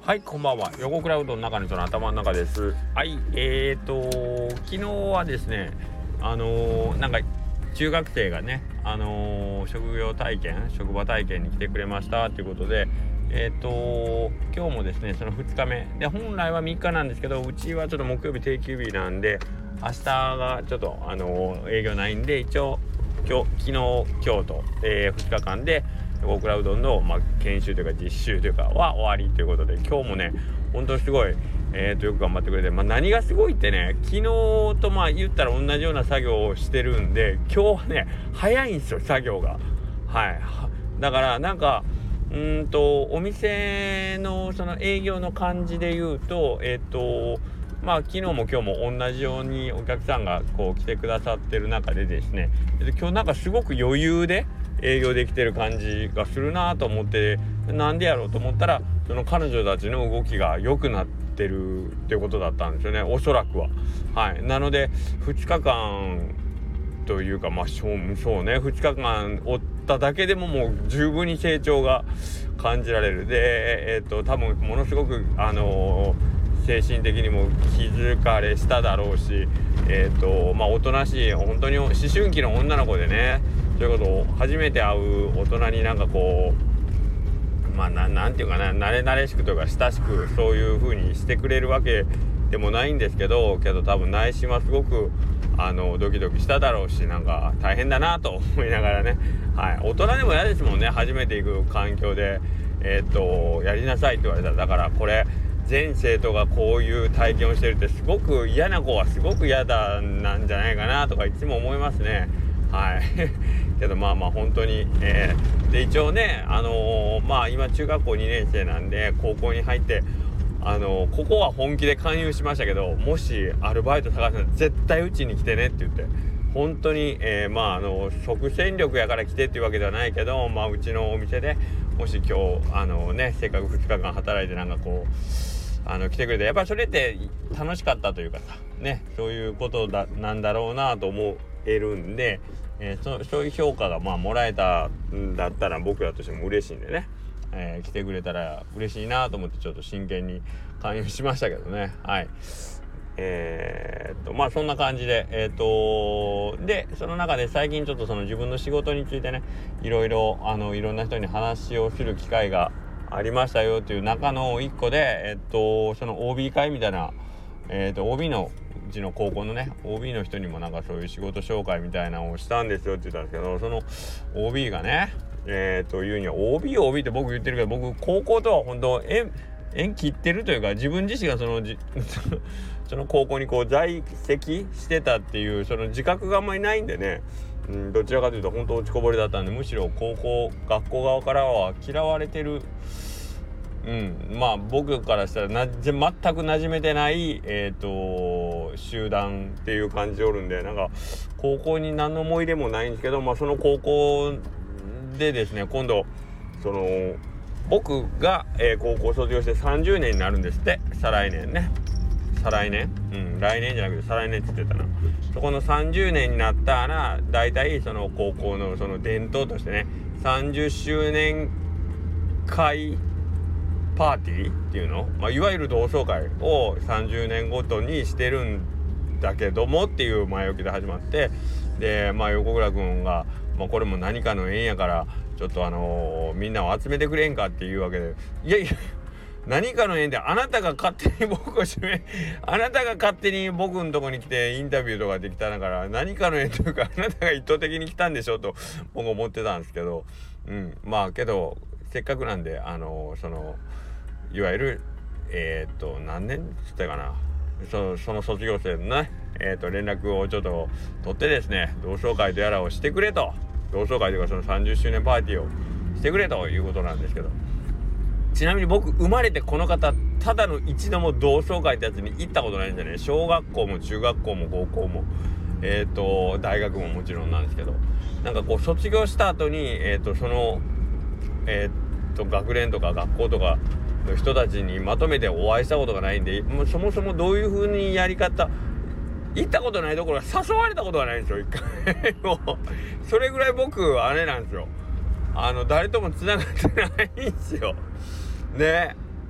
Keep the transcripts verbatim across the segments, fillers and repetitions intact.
はい、こんばんは。横クラウドの中の人の頭の中です。はい、えーと昨日はですね、あのー、なんか中学生がね、あのー、職業体験、職場体験に来てくれましたということで、えーと今日もですね、そのふつかめで、本来はみっかなんですけど、うちはちょっと木曜日定休日なんで、明日がちょっとあのー、営業ないんで、一応今日、昨日、今日と、えー、ふつかかんで横クラウドの、まあ、研修というか実習というかは終わりということで、今日もね本当すごい、えー、とよく頑張ってくれて、まあ、何がすごいってね、昨日とまあ言ったら同じような作業をしてるんで、今日はね早いんですよ、作業が。はいだからなんかうーんとお店のその営業の感じで言うと、えっ、ー、とまあ昨日も今日も同じようにお客さんがこう来てくださってる中でですね、今日なんかすごく余裕で営業できてる感じがするなと思って、なんでやろうと思ったら、その彼女たちの動きが良くなってるってことだったんですよね、おそらくは。はいなのでふつかかんというか、まあそうそうねふつかかんおっただけでももう十分に成長が感じられる。でえっ、ー、と多分ものすごくあのー、精神的にも気づかれしただろうし、えっ、ー、とまあおとなしい本当に思春期の女の子でね、そういうことを初めて会う大人になんかこうまあ な, なんていうかな慣れ慣れしくというか親しくそういう風にしてくれるわけでもないんですけど、けど多分内心はすごくあのドキドキしただろうし、なんか大変だなと思いながらね、はい、大人でも嫌ですもんね、初めて行く環境でえー、っとやりなさいって言われたら。だからこれ全生徒がこういう体験をしてるってすごく嫌な子はすごく嫌だなんじゃないかなとかいつも思いますね。はいけどまあまあ本当に、えー、で一応ねあのー、まあ今中学校にねん生なんで高校に入ってあのー、ここは本気で勧誘しましたけど、もしアルバイト探すの絶対うちに来てねって言って、本当に、えー、まああの即戦力やから来てっていうわけではないけど、まあうちのお店でもし今日あのねせっかくふつかかん働いてなんかこうあの来てくれて、やっぱりそれって楽しかったというかさね、そういうことだなんだろうなと思えるんで、えー、そ, そういう評価がまあもらえたんだったら僕らとしても嬉しいんでね、えー、来てくれたら嬉しいなと思ってちょっと真剣に勧誘しましたけどね。はいえー、っとまあそんな感じでえー、っとでその中で最近ちょっとその自分の仕事についてね、いろいろあのいろんな人に話をする機会がありましたよという中の一個で、えー、っとその オービー 会みたいな、えー、っと オービー のうちの高校のね オービー の人にもなんかそういう仕事紹介みたいなのをしたんですよって言ったんですけど、その オービー がねえー、というには オービー オービー って僕言ってるけど、僕高校とは本当縁縁切ってるというか、自分自身がそのじその高校にこう在籍してたっていうその自覚があんまりないんでね、うん、どちらかというと本当落ちこぼれだったんで、むしろ高校学校側からは嫌われてる。うんまあ僕からしたらな全く馴染めてないえっ、ー、と集団っていう感じおるんで、なんか高校に何の思い出もないんですけど、まあその高校でですね、今度その僕が、えー、高校卒業してさんじゅうねんになるんですって。再来年ね再来年うん来年じゃなくて再来年って言ってたな。そこのさんじゅうねんになったらだいたいその高校のその伝統としてね、さんじゅっしゅうねん会パーティーっていうの、まあ、いわゆる同窓会をさんじゅうねんごとにしてるんだけどもっていう前置きで始まって、でまあ横倉くんが、まあ、これも何かの縁やからちょっとあのー、みんなを集めてくれんかっていうわけで、いやいや何かの縁であなたが勝手に僕を指名あなたが勝手に僕のとこに来てインタビューとかできただから何かの縁というか、あなたが意図的に来たんでしょと僕思ってたんですけど、うんまあけどせっかくなんであのー、そのいわゆるえっ、ー、と何年つったかな、そ, その卒業生のね、えー、と連絡をちょっと取ってですね、同窓会とやらをしてくれと、同窓会というかそのさんじゅっしゅうねんパーティーをしてくれということなんですけど、ちなみに僕生まれてこの方ただの一度も同窓会ってやつに行ったことないんじゃね、小学校も中学校も高校もえっ、ー、と大学ももちろんなんですけど、なんかこう卒業した後にえっ、ー、とそのえっ、ー、と学年とか学校とかの人たちにまとめてお会いしたことがないんで、もうそもそもどういう風にやり方行ったことないところが誘われたことがないんですよ、一回もうそれぐらい僕あれなんですよ、あの誰とも繋がってないんですよね。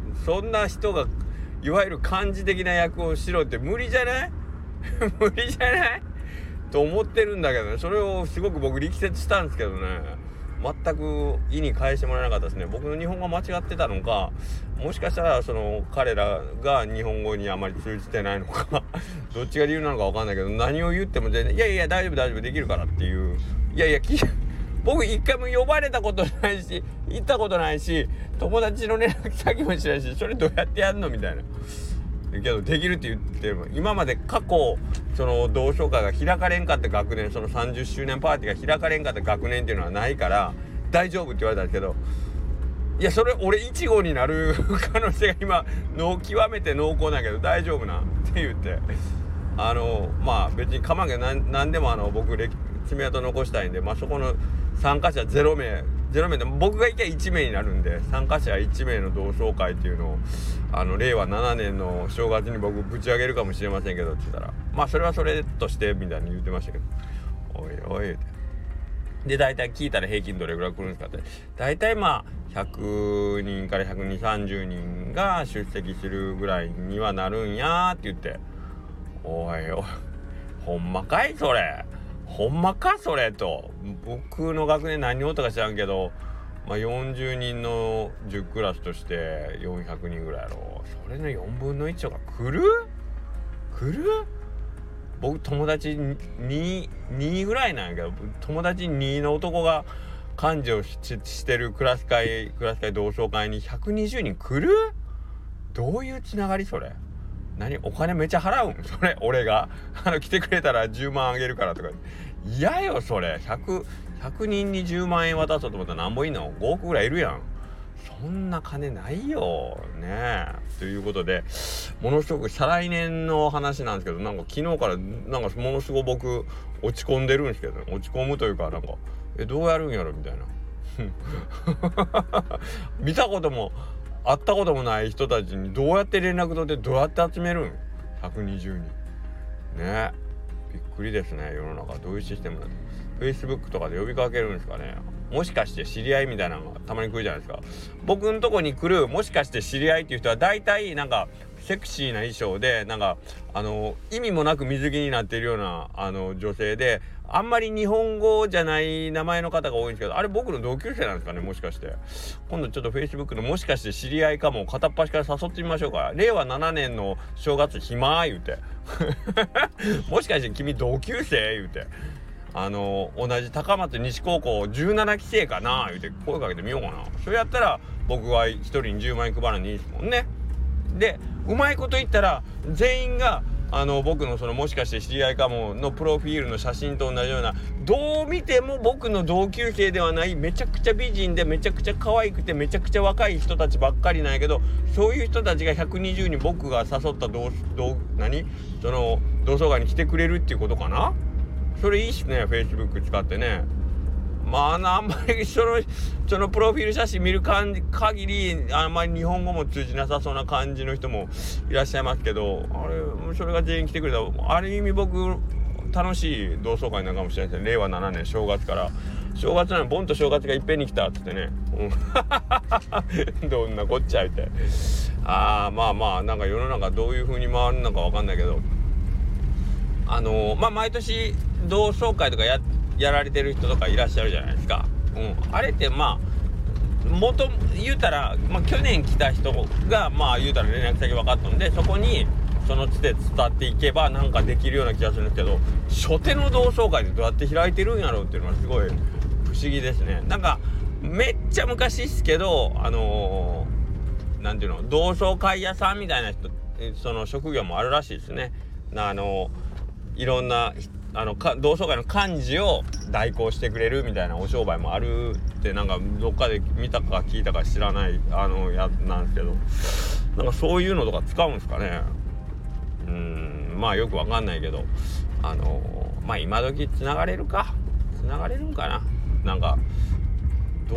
そんな人がいわゆる漢字的な役をしろって無理じゃない無理じゃないと思ってるんだけどね。それをすごく僕力説したんですけどね、全く意に返してもらえなかったですね。僕の日本語が間違ってたのか、もしかしたらその彼らが日本語にあまり通じてないのかどっちが理由なのか分かんないけど、何を言っても全然いやいや大丈夫大丈夫できるからっていう、いやいや僕一回も呼ばれたことないし行ったことないし友達の連絡先も知らないし、それどうやってやんのみたいな。けどできるって言っても、今まで過去その同窓会が開かれんかった学年、そのさんじゅっしゅうねんパーティーが開かれんかった学年っていうのはないから大丈夫って言われたんですけど、いやそれ俺いち号になる可能性が今の極めて濃厚だけど大丈夫なって言って、あのまあ別に構わんけど何何でもあの僕爪痕残したいんで、まあそこの参加者ゼロ名ゼロ名で僕がいけばいち名になるんで、参加者いち名の同窓会っていうのをあのれいわななねんの正月に僕ぶち上げるかもしれませんけどって言ったら、まあそれはそれとしてみたいに言ってましたけど、おいおいで大体聞いたら平均どれぐらい来るんですかって、大体まあひゃくにんからひゃくにじゅう、さんじゅうにんが出席するぐらいにはなるんやって言って、おいおいほんまかいそれほんまかそれと、僕の学年何人おったか知らんけど、まあ、よんじゅうにんのじゅうクラスとしてよんひゃくにんぐらいやろ。それのよんぶんのいちとか来る来る僕友達に、にぐらいなんやけど、友達にの男が幹事を し, してるクラス会クラス会同窓会にひゃくにじゅうにん来る。どういうつながりそれ。何お金めっちゃ払うんそれ。俺があの来てくれたらじゅうまんあげるからとか。嫌よそれ。ひゃく、ひゃくにんにじゅうまんえん渡そうと思ったらなんぼいんのごおくぐらいいるやん。そんな金ないよねえ。ということでものすごく再来年の話なんですけど、なんか昨日からなんかものすごく僕落ち込んでるんですけど、落ち込むというかなんかえどうやるんやろみたいな見たことも会ったこともない人たちにどうやって連絡取ってどうやって集めるん。ひゃくにじゅうにんね。びっくりですね。世の中どういうシステムだと。 Facebook とかで呼びかけるんですかね。もしかして知り合いみたいなのがたまに来るじゃないですか。僕んとこに来るもしかして知り合いっていう人は大体なんかセクシーな衣装で、なんかあの意味もなく水着になっているようなあの女性で、あんまり日本語じゃない名前の方が多いんですけど、あれ僕の同級生なんですかね。もしかして今度ちょっと Facebook のもしかして知り合いかも片っ端から誘ってみましょうか。れいわななねんの正月暇言うてもしかして君同級生言うて、あの同じ高松西高校じゅうななき生かな言うて声かけてみようかな。それやったら僕はひとりにじゅうまんえん配らんでいいですもんね。でうまいこと言ったら全員があの僕のそのもしかして知り合いかものプロフィールの写真と同じような、どう見ても僕の同級生ではないめちゃくちゃ美人でめちゃくちゃ可愛くてめちゃくちゃ若い人たちばっかりなんやけど、そういう人たちがひゃくにじゅうにん僕が誘った同同何その同窓会に来てくれるっていうことかな。それいいっすね。 Facebook 使ってね。まああんまりそのそのプロフィール写真見る限りあんまり日本語も通じなさそうな感じの人もいらっしゃいますけど、あれそれが全員来てくれたらある意味僕楽しい同窓会なのかもしれないですね。れいわななねん正月から正月なのボンと正月がいっぺんに来たっつってね、うん、どんなこっちゃいってああまあまあなんか世の中どういう風に回るのかわかんないけど、あのー、まあ毎年同窓会とかややられてる人とかいらっしゃるじゃないですか。うん、あれってまあ元言うたら、まあ、去年来た人がまあ言うたら連絡先分かったんで、そこにそのつて伝っていけばなんかできるような気がするんですけど、初手の同窓会でどうやって開いてるんやろうっていうのはすごい不思議ですね。なんかめっちゃ昔っすけど、あのー、なんていうの同窓会屋さんみたいな人その職業もあるらしいですね。あのー、いろんなあのか同窓会の幹事を代行してくれるみたいなお商売もあるってなんかどっかで見たか聞いたか知らないあのやなんですけど、なんかそういうのとか使うんですかね。うーんまあよくわかんないけど、あのまあ今時つながれるかつながれるんかな。なんかどうや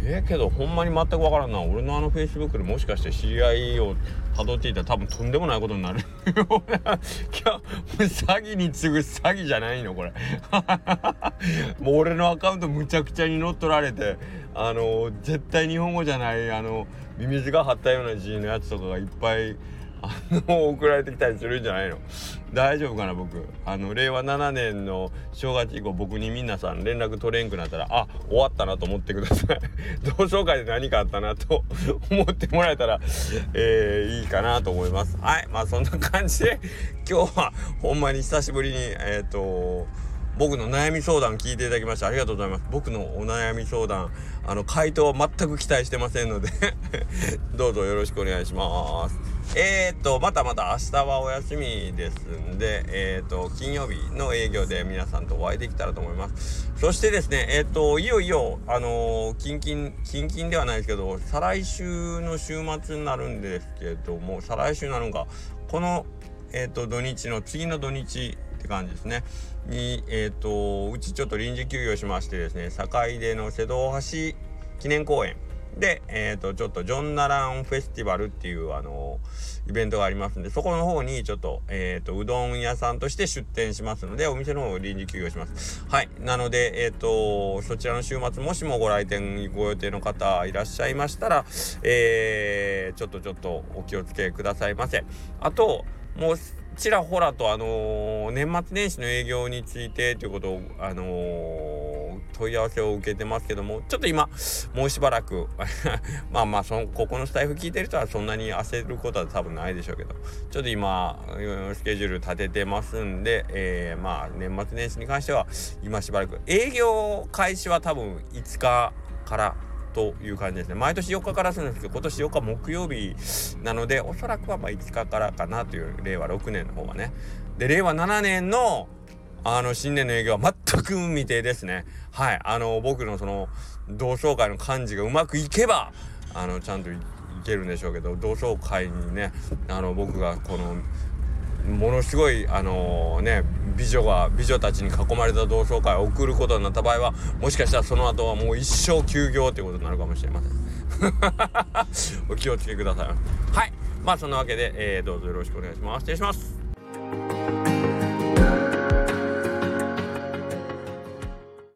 えー、けどほんまに全く分からんな。俺のあのフェイスブックでもしかして知り合いを辿っていったら多分とんでもないことになるいやもう詐欺に次ぐ詐欺じゃないのこれもう俺のアカウントむちゃくちゃに乗っ取られて、あの絶対日本語じゃないあのミミズが張ったような字のやつとかがいっぱいあの送られてきたりするんじゃないの。大丈夫かな。僕あのれいわななねんの正月以降僕に皆さん連絡取れんくなったらあ終わったなと思ってください同窓会で何かあったなと思ってもらえたら、えー、いいかなと思います。はい、まあそんな感じで今日はほんまに久しぶりにえっと僕の悩み相談聞いていただきましてありがとうございます。僕のお悩み相談あの回答は全く期待してませんのでどうぞよろしくお願いします。えーとまたまた明日はお休みですんで、えーと金曜日の営業で皆さんとお会いできたらと思います。そしてですね、えーといよいよあのー、キンキンキンキンではないですけど再来週の週末になるんですけども、再来週になるのかこのえーと土日の次の土日って感じですねに、えーとうちちょっと臨時休業しましてですね、坂出の瀬戸大橋記念公園で、えーとちょっとジョンナランフェスティバルっていうあのー、イベントがありますんで、そこの方にちょっとえーとうどん屋さんとして出店しますので、お店の方を臨時休業します。はい、なのでえーとそちらの週末もしもご来店ご予定の方いらっしゃいましたら、えー、ちょっとちょっとお気をつけくださいませ。あともうちらほらとあのー、年末年始の営業についてということをあのー、問い合わせを受けてますけども、ちょっと今もうしばらくまあまあそのここのスタイフ聞いてる人はそんなに焦ることは多分ないでしょうけど、ちょっと今スケジュール立ててますんで、えー、まあ年末年始に関しては今しばらく営業開始は多分いつかからという感じですね。毎年よっかからするんですけど、今年よっか木曜日なのでおそらくはまあいつかからかなというれいわろくねんの方がね。でれいわななねんのあの新年の営業は全く未定ですね。はい、あの僕のその同窓会の幹事がうまくいけばあのちゃんと い, いけるんでしょうけど、同窓会にねあの僕がこのものすごいあのー、ね美女が美女たちに囲まれた同窓会を送ることになった場合は、もしかしたらその後はもう一生休業ということになるかもしれませんお気をつけください。はい、まあそんなわけで、えー、どうぞよろしくお願いします。失礼します。